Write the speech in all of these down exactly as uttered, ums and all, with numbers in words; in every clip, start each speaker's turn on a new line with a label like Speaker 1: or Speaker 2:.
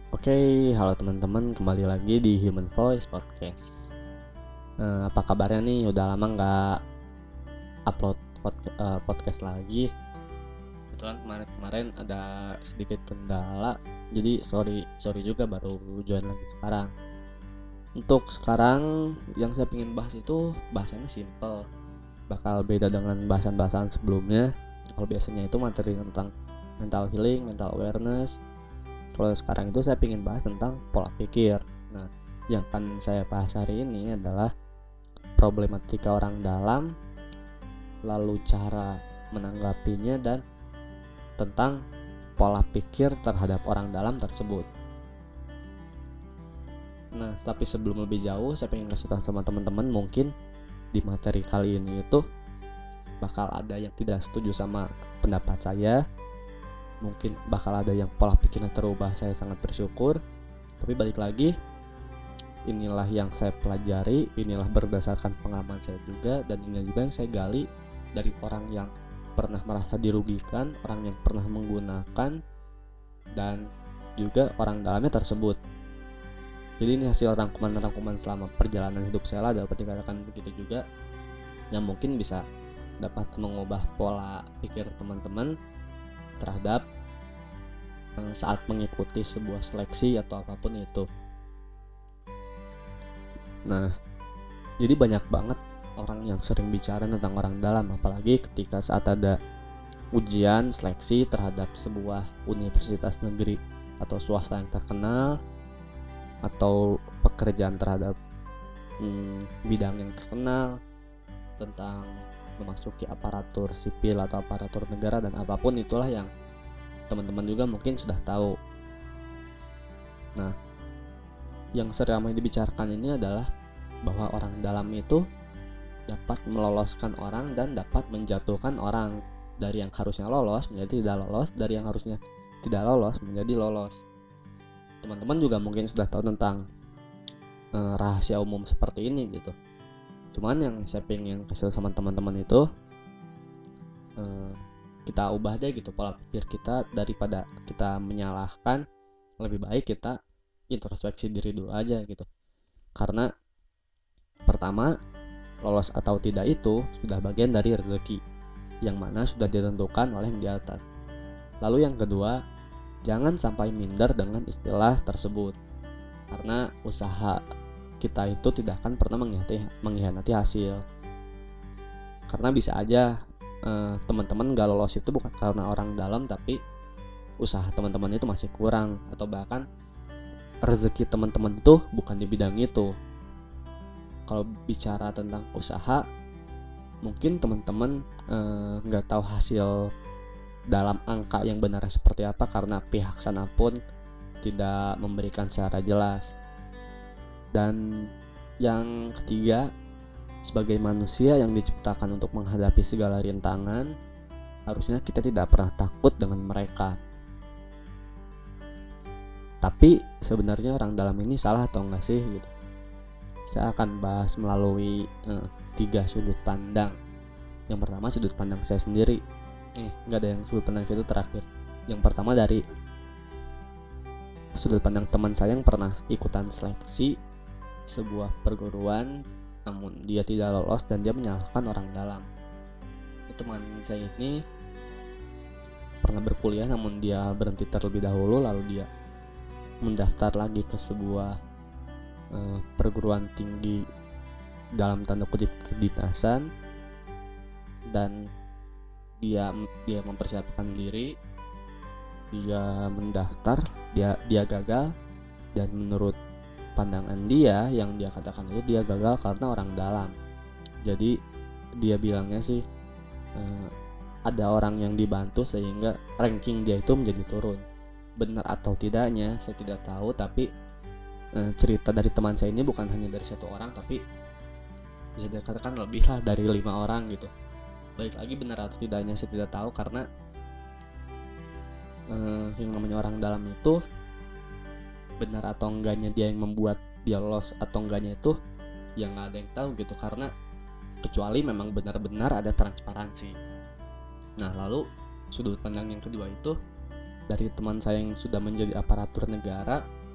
Speaker 1: Oke, halo teman-teman, kembali lagi di Human Voice Podcast. Eh, apa kabarnya nih? Udah lama nggak upload pod- eh, podcast lagi. Kebetulan kemarin-kemarin ada sedikit kendala, jadi sorry sorry juga baru join lagi sekarang. Untuk sekarang yang saya ingin bahas itu bahasanya simple, bakal beda dengan bahasan-bahasan sebelumnya. Kalau biasanya itu materi tentang mental healing, mental awareness. Kalau sekarang itu saya ingin bahas tentang pola pikir. Nah, yang akan saya bahas hari ini adalah problematika orang dalam, lalu cara menanggapinya, dan tentang pola pikir terhadap orang dalam tersebut. Nah, tapi sebelum lebih jauh, saya pengen kasih tahu sama teman-teman, mungkin di materi kali ini itu bakal ada yang tidak setuju sama pendapat saya, mungkin bakal ada yang pola pikirnya terubah. Saya sangat bersyukur. Tapi balik lagi, inilah yang saya pelajari, inilah berdasarkan pengalaman saya juga, dan ini juga yang saya gali dari orang yang pernah merasa dirugikan, orang yang pernah menggunakan, dan juga orang dalamnya tersebut. Jadi ini hasil rangkuman-rangkuman selama perjalanan hidup saya lah, dapat dikatakan begitu juga, yang mungkin bisa dapat mengubah pola pikir teman-teman terhadap saat mengikuti sebuah seleksi atau apapun itu. Nah, jadi banyak banget orang yang sering bicara tentang orang dalam, apalagi ketika saat ada ujian seleksi terhadap sebuah universitas negeri atau swasta yang terkenal, atau pekerjaan terhadap hmm, bidang yang terkenal, tentang memasuki aparatur sipil atau aparatur negara, dan apapun itulah yang teman-teman juga mungkin sudah tahu. Nah, yang sering ramai dibicarakan ini adalah bahwa orang dalam itu dapat meloloskan orang dan dapat menjatuhkan orang, dari yang harusnya lolos menjadi tidak lolos, dari yang harusnya tidak lolos menjadi lolos. Teman-teman juga mungkin sudah tahu tentang eh, rahasia umum seperti ini gitu. Cuman yang saya pengen kasih sama teman-teman itu, eh, kita ubah deh gitu pola pikir kita. Daripada kita menyalahkan, lebih baik kita introspeksi diri dulu aja gitu. Karena pertama, lolos atau tidak itu sudah bagian dari rezeki, yang mana sudah ditentukan oleh yang di atas. Lalu yang kedua, jangan sampai minder dengan istilah tersebut, karena usaha kita itu tidak akan pernah mengkhianati, mengkhianati hasil. Karena bisa aja eh, teman-teman gak lolos itu bukan karena orang dalam, tapi usaha teman-teman itu masih kurang, atau bahkan rezeki teman-teman itu bukan di bidang itu. Kalau bicara tentang usaha, mungkin teman-teman nggak eh, tahu hasil dalam angka yang benar seperti apa, karena pihak sana pun tidak memberikan secara jelas. Dan yang ketiga, sebagai manusia yang diciptakan untuk menghadapi segala rintangan, harusnya kita tidak pernah takut dengan mereka. Tapi sebenarnya orang dalam ini salah atau enggak sih gitu? Saya akan bahas melalui eh, tiga sudut pandang. Yang pertama, sudut pandang saya sendiri. Eh, nggak ada yang sudut pandang saya itu terakhir. Yang pertama dari sudut pandang teman saya yang pernah ikutan seleksi sebuah perguruan, namun dia tidak lolos dan dia menyalahkan orang dalam. Teman saya ini pernah berkuliah, namun dia berhenti terlebih dahulu, lalu dia mendaftar lagi ke sebuah eh, perguruan tinggi dalam tanda kutip kedinasan, dan dia dia mempersiapkan diri, dia mendaftar, dia dia gagal, dan menurut pandangan dia, yang dia katakan itu dia gagal karena orang dalam. Jadi dia bilangnya sih eh, ada orang yang dibantu sehingga ranking dia itu menjadi turun. Benar atau tidaknya saya tidak tahu, tapi eh, cerita dari teman saya ini bukan hanya dari satu orang, tapi bisa dikatakan lebih lah dari lima orang gitu. Baik lagi benar atau tidaknya saya tidak tahu, karena eh, yang namanya orang dalam itu benar atau enggaknya dia yang membuat dia lolos atau enggaknya itu yang nggak ada yang tahu gitu, karena kecuali memang benar-benar ada transparansi. Nah, lalu sudut pandang yang kedua itu dari teman saya yang sudah menjadi aparatur negara,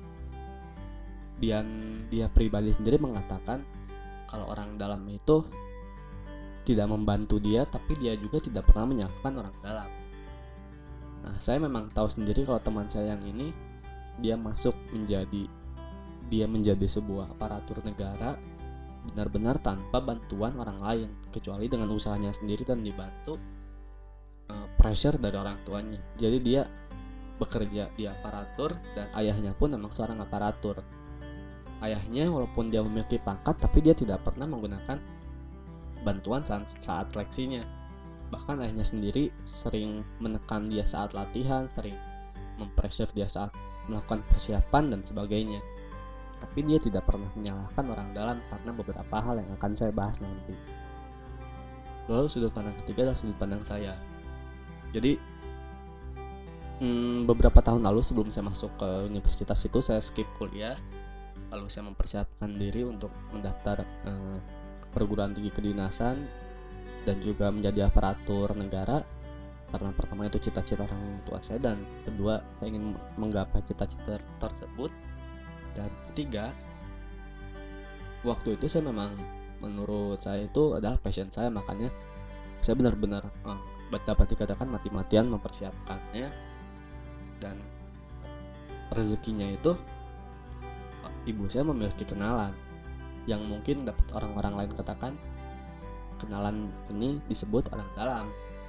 Speaker 1: dia dia pribadi sendiri mengatakan kalau orang dalam itu tidak membantu dia, tapi dia juga tidak pernah menyalahkan orang dalam. Nah, saya memang tahu sendiri kalau teman saya yang ini dia masuk menjadi dia menjadi sebuah aparatur negara benar-benar tanpa bantuan orang lain, kecuali dengan usahanya sendiri dan dibantu uh, pressure dari orang tuanya. Jadi dia bekerja di aparatur dan ayahnya pun memang seorang aparatur. Ayahnya walaupun dia memiliki pangkat, tapi dia tidak pernah menggunakan bantuan saat, saat seleksinya. Bahkan ayahnya sendiri sering menekan dia saat latihan, sering mempressure dia saat melakukan persiapan dan sebagainya. Tapi dia tidak pernah menyalahkan orang dalam karena beberapa hal yang akan saya bahas nanti. Lalu sudut pandang ketiga adalah sudut pandang saya. Jadi hmm, beberapa tahun lalu sebelum saya masuk ke universitas itu, saya skip kuliah. Lalu saya mempersiapkan diri untuk mendaftar eh, perguruan tinggi kedinasan dan juga menjadi aparatur negara, karena pertama itu cita-cita orang tua saya, dan kedua saya ingin menggapai cita-cita tersebut, dan ketiga waktu itu saya memang menurut saya itu adalah passion saya, makanya saya benar-benar eh, dapat dikatakan mati-matian mempersiapkannya. Dan rezekinya itu ibu saya memiliki kenalan yang mungkin dapat orang-orang lain katakan kenalan ini disebut orang dalam.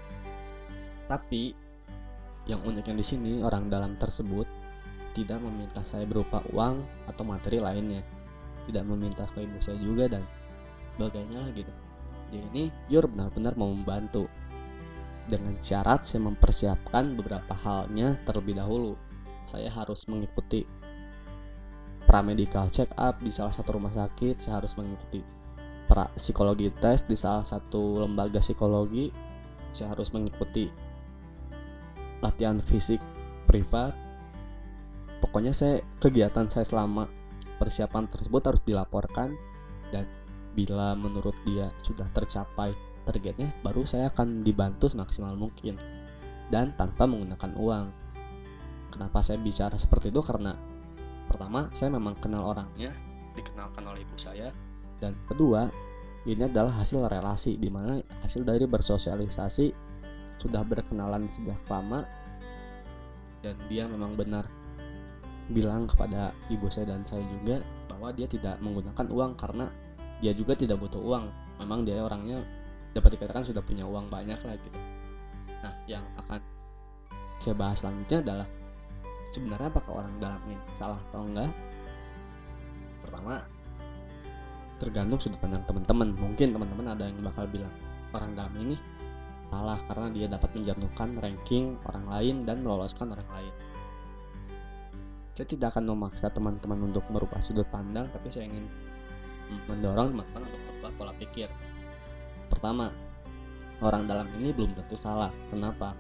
Speaker 1: Tapi yang uniknya di sini, orang dalam tersebut tidak meminta saya berupa uang atau materi lainnya, tidak meminta ke ibu saya juga dan sebagainya lah gitu. Jadi ini Yur benar-benar mau membantu dengan syarat saya mempersiapkan beberapa halnya terlebih dahulu. Saya harus mengikuti pramedical check up di salah satu rumah sakit, saya harus mengikuti pra psikologi tes di salah satu lembaga psikologi, saya harus mengikuti latihan fisik privat. Pokoknya saya kegiatan saya selama persiapan tersebut harus dilaporkan, dan bila menurut dia sudah tercapai targetnya, baru saya akan dibantu semaksimal mungkin dan tanpa menggunakan uang. Kenapa saya bicara seperti itu? Karena pertama, saya memang kenal orangnya, dikenalkan oleh ibu saya, dan kedua, ini adalah hasil relasi, di mana hasil dari bersosialisasi, sudah berkenalan sejak lama, dan dia memang benar bilang kepada ibu saya dan saya juga bahwa dia tidak menggunakan uang karena dia juga tidak butuh uang. Memang dia orangnya dapat dikatakan sudah punya uang banyak lah gitu. Nah, yang akan saya bahas selanjutnya adalah sebenarnya apakah orang dalam ini salah atau enggak. Pertama, tergantung sudut pandang teman-teman. Mungkin teman-teman ada yang bakal bilang orang dalam ini salah karena dia dapat menjatuhkan ranking orang lain dan meloloskan orang lain. Saya tidak akan memaksa teman-teman untuk merubah sudut pandang, tapi saya ingin mendorong teman-teman untuk merubah pola pikir. Pertama, orang dalam ini belum tentu salah. Kenapa?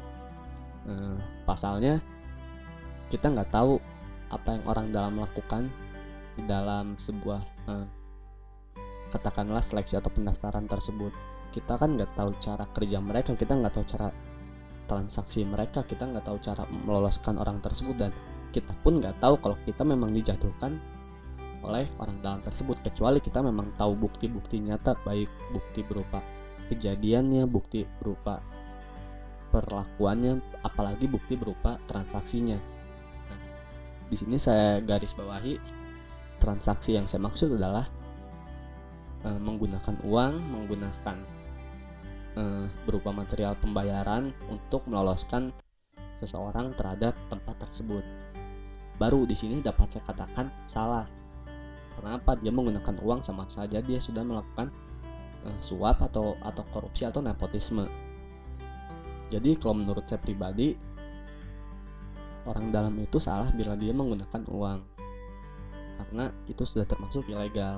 Speaker 1: Eh, pasalnya kita nggak tahu apa yang orang dalam lakukan di dalam sebuah eh, katakanlah seleksi atau pendaftaran tersebut. Kita kan nggak tahu cara kerja mereka, kita nggak tahu cara transaksi mereka, kita nggak tahu cara meloloskan orang tersebut, dan kita pun nggak tahu kalau kita memang dijatuhkan oleh orang dalam tersebut, kecuali kita memang tahu bukti-bukti nyata, baik bukti berupa kejadiannya, bukti berupa perlakuannya, apalagi bukti berupa transaksinya. Nah, di sini saya garis bawahi, transaksi yang saya maksud adalah e, menggunakan uang, menggunakan e, berupa material pembayaran untuk meloloskan seseorang terhadap tempat tersebut. Baru di sini dapat saya katakan salah. Kenapa? Dia menggunakan uang, sama saja dia sudah melakukan uh, suap atau atau korupsi atau nepotisme. Jadi kalau menurut saya pribadi, orang dalam itu salah bila dia menggunakan uang, karena itu sudah termasuk ilegal.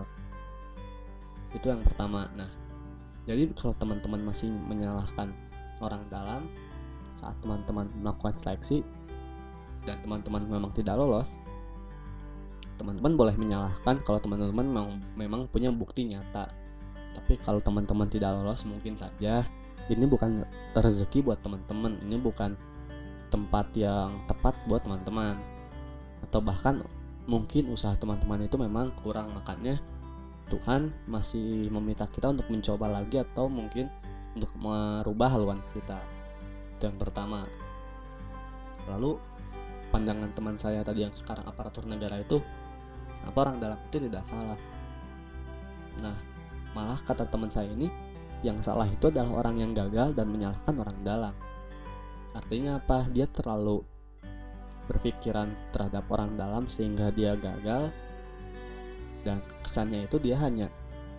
Speaker 1: Itu yang pertama. Nah, jadi kalau teman-teman masih menyalahkan orang dalam saat teman-teman melakukan seleksi dan teman-teman memang tidak lolos, teman-teman boleh menyalahkan kalau teman-teman memang, memang punya bukti nyata. Tapi kalau teman-teman tidak lolos, mungkin saja ini bukan rezeki buat teman-teman, ini bukan tempat yang tepat buat teman-teman, atau bahkan mungkin usaha teman-teman itu memang kurang, makanya Tuhan masih meminta kita untuk mencoba lagi atau mungkin untuk merubah haluan kita. Itu yang pertama. Lalu pandangan teman saya tadi yang sekarang aparatur negara itu, apa orang dalam itu tidak salah. Nah, malah kata teman saya ini, yang salah itu adalah orang yang gagal dan menyalahkan orang dalam. Artinya apa? Dia terlalu berpikiran terhadap orang dalam sehingga dia gagal, dan kesannya itu dia hanya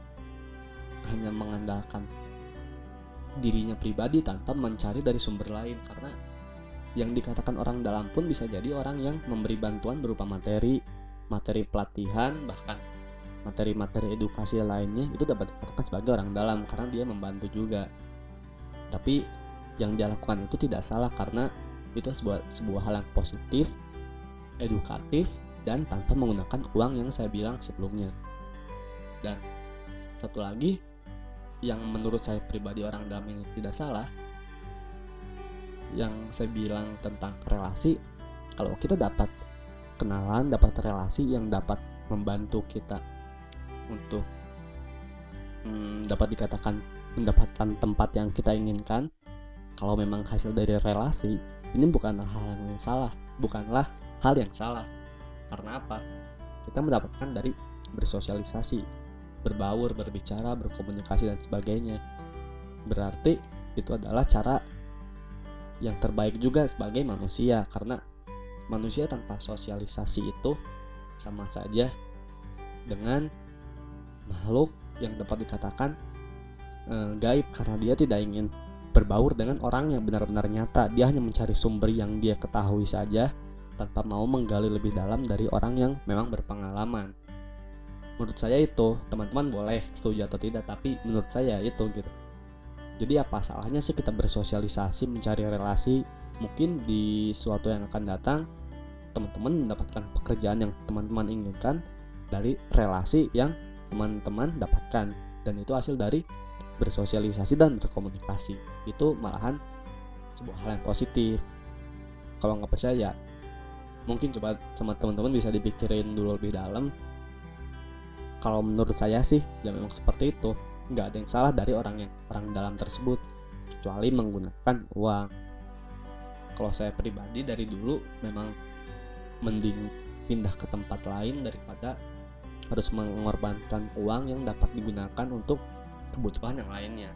Speaker 1: hanya mengandalkan dirinya pribadi tanpa mencari dari sumber lain. Karena yang dikatakan orang dalam pun bisa jadi orang yang memberi bantuan berupa materi, materi pelatihan, bahkan materi-materi edukasi lainnya, itu dapat dikatakan sebagai orang dalam karena dia membantu juga. Tapi yang dia lakukan itu tidak salah karena itu sebuah, sebuah hal yang positif, edukatif, dan tanpa menggunakan uang yang saya bilang sebelumnya. Dan satu lagi yang menurut saya pribadi orang dalam ini tidak salah, yang saya bilang tentang relasi. Kalau kita dapat kenalan, dapat relasi yang dapat membantu kita untuk hmm, dapat dikatakan mendapatkan tempat yang kita inginkan, kalau memang hasil dari relasi, ini bukanlah hal yang salah, bukanlah hal yang salah. Karena apa? Kita mendapatkan dari bersosialisasi, berbaur, berbicara, berkomunikasi, dan sebagainya. Berarti itu adalah cara yang terbaik juga sebagai manusia, karena manusia tanpa sosialisasi itu sama saja dengan makhluk yang dapat dikatakan eh, gaib, karena dia tidak ingin berbaur dengan orang yang benar-benar nyata. Dia hanya mencari sumber yang dia ketahui saja tanpa mau menggali lebih dalam dari orang yang memang berpengalaman. Menurut saya itu, teman-teman boleh setuju atau tidak, tapi menurut saya itu gitu. Jadi apa salahnya sih kita bersosialisasi, mencari relasi? Mungkin di suatu yang akan datang teman-teman mendapatkan pekerjaan yang teman-teman inginkan dari relasi yang teman-teman dapatkan, dan itu hasil dari bersosialisasi dan berkomunikasi. Itu malahan sebuah hal yang positif. Kalau nggak percaya, mungkin coba sama teman-teman bisa dipikirin dulu lebih dalam. Kalau menurut saya sih ya memang seperti itu, nggak ada yang salah dari orang yang orang dalam tersebut, kecuali menggunakan uang. Kalau saya pribadi dari dulu memang mending pindah ke tempat lain daripada harus mengorbankan uang yang dapat digunakan untuk kebutuhan yang lainnya.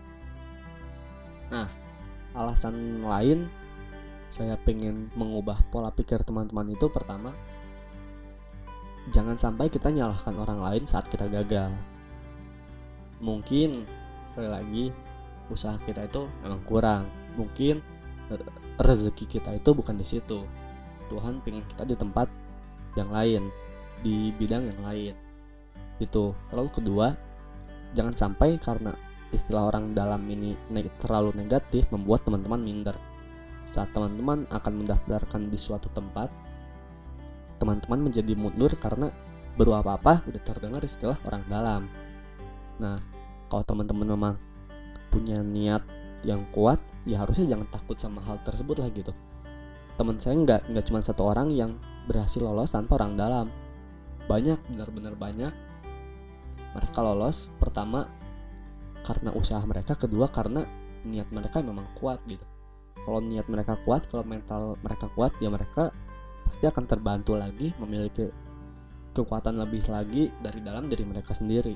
Speaker 1: Nah, alasan lain saya pengen mengubah pola pikir teman-teman itu, pertama, jangan sampai kita nyalahkan orang lain saat kita gagal. Mungkin sekali lagi usaha kita itu memang kurang, mungkin rezeki kita itu bukan di situ. Tuhan pengen kita di tempat yang lain, di bidang yang lain. Itu. Lalu kedua, jangan sampai karena istilah orang dalam ini terlalu negatif membuat teman-teman minder. Saat teman-teman akan mendaftarkan di suatu tempat, teman-teman menjadi mundur karena baru apa-apa udah terdengar istilah orang dalam. Nah, kalau teman-teman memang punya niat yang kuat, ya harusnya jangan takut sama hal tersebut lah gitu. Teman saya nggak nggak cuma satu orang yang berhasil lolos tanpa orang dalam. Banyak, benar-benar banyak. Mereka lolos pertama karena usaha mereka, kedua karena niat mereka memang kuat gitu. Kalau niat mereka kuat, kalau mental mereka kuat, ya mereka pasti akan terbantu lagi, memiliki kekuatan lebih lagi dari dalam diri mereka sendiri.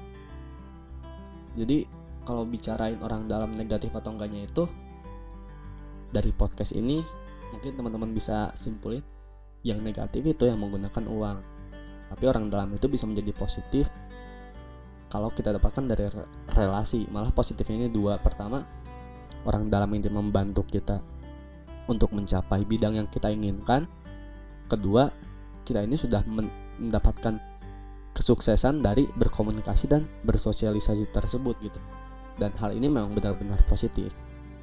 Speaker 1: Jadi kalau bicarain orang dalam negatif atau enggaknya itu, dari podcast ini mungkin teman-teman bisa simpulin yang negatif itu yang menggunakan uang. Tapi orang dalam itu bisa menjadi positif kalau kita dapatkan dari relasi. Malah positifnya ini dua. Pertama, orang dalam ini membantu kita untuk mencapai bidang yang kita inginkan. Kedua, kita ini sudah mendapatkan kesuksesan dari berkomunikasi dan bersosialisasi tersebut gitu. Dan hal ini memang benar-benar positif.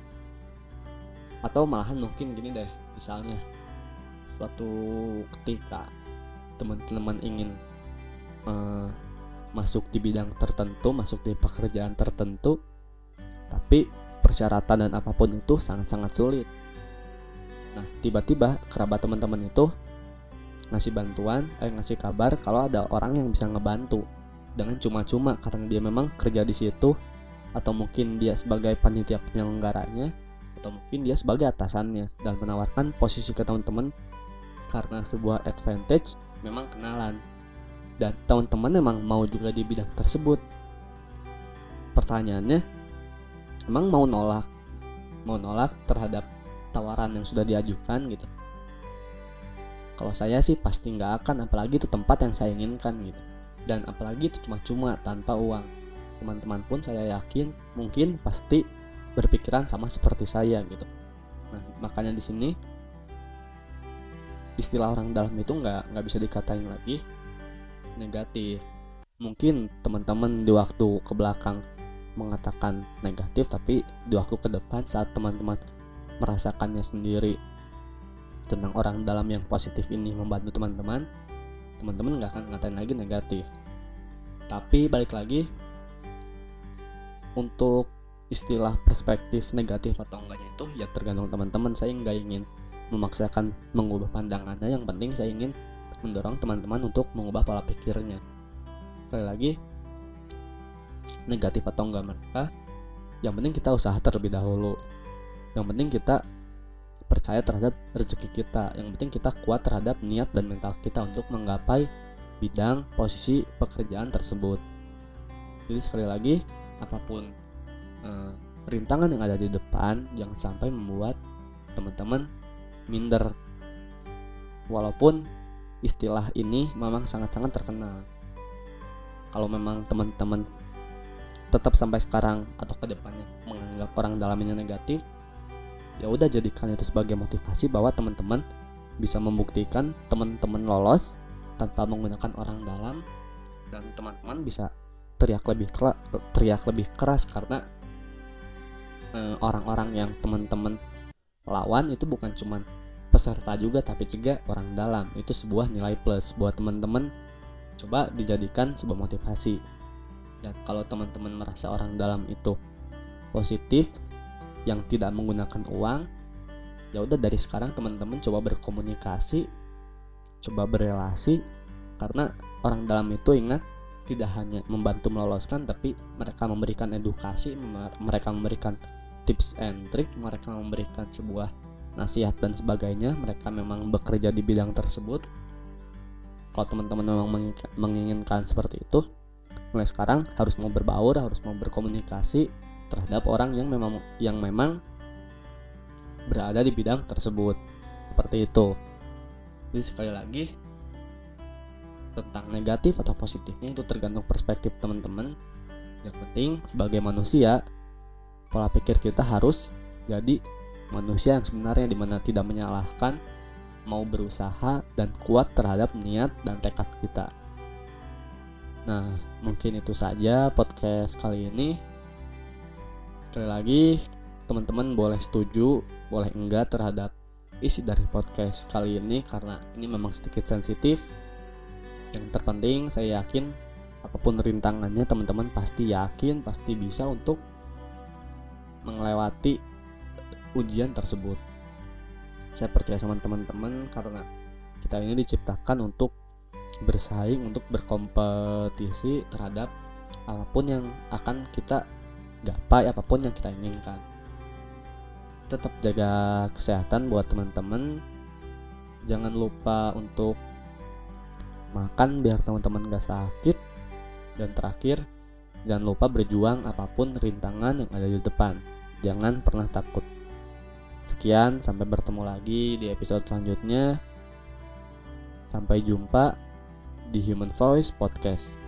Speaker 1: Atau malahan mungkin gini deh, misalnya suatu ketika teman-teman ingin uh, masuk di bidang tertentu, masuk di pekerjaan tertentu, tapi persyaratan dan apapun itu sangat-sangat sulit. Nah, tiba-tiba kerabat teman-teman itu ngasih bantuan, eh ngasih kabar kalau ada orang yang bisa ngebantu dengan cuma-cuma karena dia memang kerja di situ, atau mungkin dia sebagai panitia penyelenggaranya, atau mungkin dia sebagai atasannya dan menawarkan posisi ke teman-teman karena sebuah advantage memang kenalan dan teman-teman memang mau juga di bidang tersebut. Pertanyaannya, emang mau nolak mau nolak terhadap tawaran yang sudah diajukan gitu? Kalau saya sih pasti nggak akan, apalagi itu tempat yang saya inginkan gitu, dan apalagi itu cuma-cuma tanpa uang. Teman-teman pun saya yakin mungkin pasti berpikiran sama seperti saya gitu. Nah, makanya di sini istilah orang dalam itu nggak nggak bisa dikatain lagi negatif. Mungkin teman-teman di waktu ke belakang mengatakan negatif, tapi di waktu ke depan saat teman-teman merasakannya sendiri tentang orang dalam yang positif ini membantu teman-teman, teman-teman nggak akan ngatain lagi negatif. Tapi balik lagi, untuk istilah perspektif negatif atau enggaknya itu ya tergantung teman-teman. Saya nggak ingin memaksakan mengubah pandangannya, yang penting saya ingin mendorong teman-teman untuk mengubah pola pikirnya. Sekali lagi, negatif atau enggak mereka, yang penting kita usaha terlebih dahulu, yang penting kita percaya terhadap rezeki kita, yang penting kita kuat terhadap niat dan mental kita untuk menggapai bidang posisi pekerjaan tersebut. Jadi sekali lagi, apapun eh, rintangan yang ada di depan, jangan sampai membuat teman-teman minder. Walaupun istilah ini memang sangat-sangat terkenal, kalau memang teman-teman tetap sampai sekarang atau kedepannya menganggap orang dalam ini negatif, ya udah jadikan itu sebagai motivasi bahwa teman-teman bisa membuktikan teman-teman lolos tanpa menggunakan orang dalam, dan teman-teman bisa teriak lebih keras, teriak lebih keras karena eh, orang-orang yang teman-teman lawan itu bukan cuma peserta juga, tapi juga orang dalam. Itu sebuah nilai plus buat teman-teman, coba dijadikan sebuah motivasi. Dan kalau teman-teman merasa orang dalam itu positif, yang tidak menggunakan uang, ya udah dari sekarang teman-teman coba berkomunikasi, coba berelasi, karena orang dalam itu ingat tidak hanya membantu meloloskan, tapi mereka memberikan edukasi, mereka memberikan tips and trick, mereka memberikan sebuah nasihat dan sebagainya. Mereka memang bekerja di bidang tersebut. Kalau teman-teman memang menginginkan seperti itu, mulai sekarang harus mau berbaur, harus mau berkomunikasi terhadap orang yang memang yang memang berada di bidang tersebut. Seperti itu. Jadi sekali lagi, tentang negatif atau positifnya itu tergantung perspektif teman-teman. Yang penting sebagai manusia, pola pikir kita harus jadi manusia yang sebenarnya, dimana tidak menyalahkan, mau berusaha dan kuat terhadap niat dan tekad kita. Nah, mungkin itu saja podcast kali ini. Sekali lagi, teman-teman boleh setuju, boleh enggak terhadap isi dari podcast kali ini, karena ini memang sedikit sensitif. Yang terpenting saya yakin apapun rintangannya, teman-teman pasti yakin, pasti bisa untuk melewati ujian tersebut. Saya percaya sama teman-teman karena kita ini diciptakan untuk bersaing, untuk berkompetisi terhadap apapun yang akan kita gapai, apapun yang kita inginkan. Tetap jaga kesehatan buat teman-teman. Jangan lupa untuk makan biar teman-teman gak sakit. Dan terakhir, jangan lupa berjuang apapun rintangan yang ada di depan. Jangan pernah takut. Sekian, sampai bertemu lagi di episode selanjutnya. Sampai jumpa di Human Voice Podcast.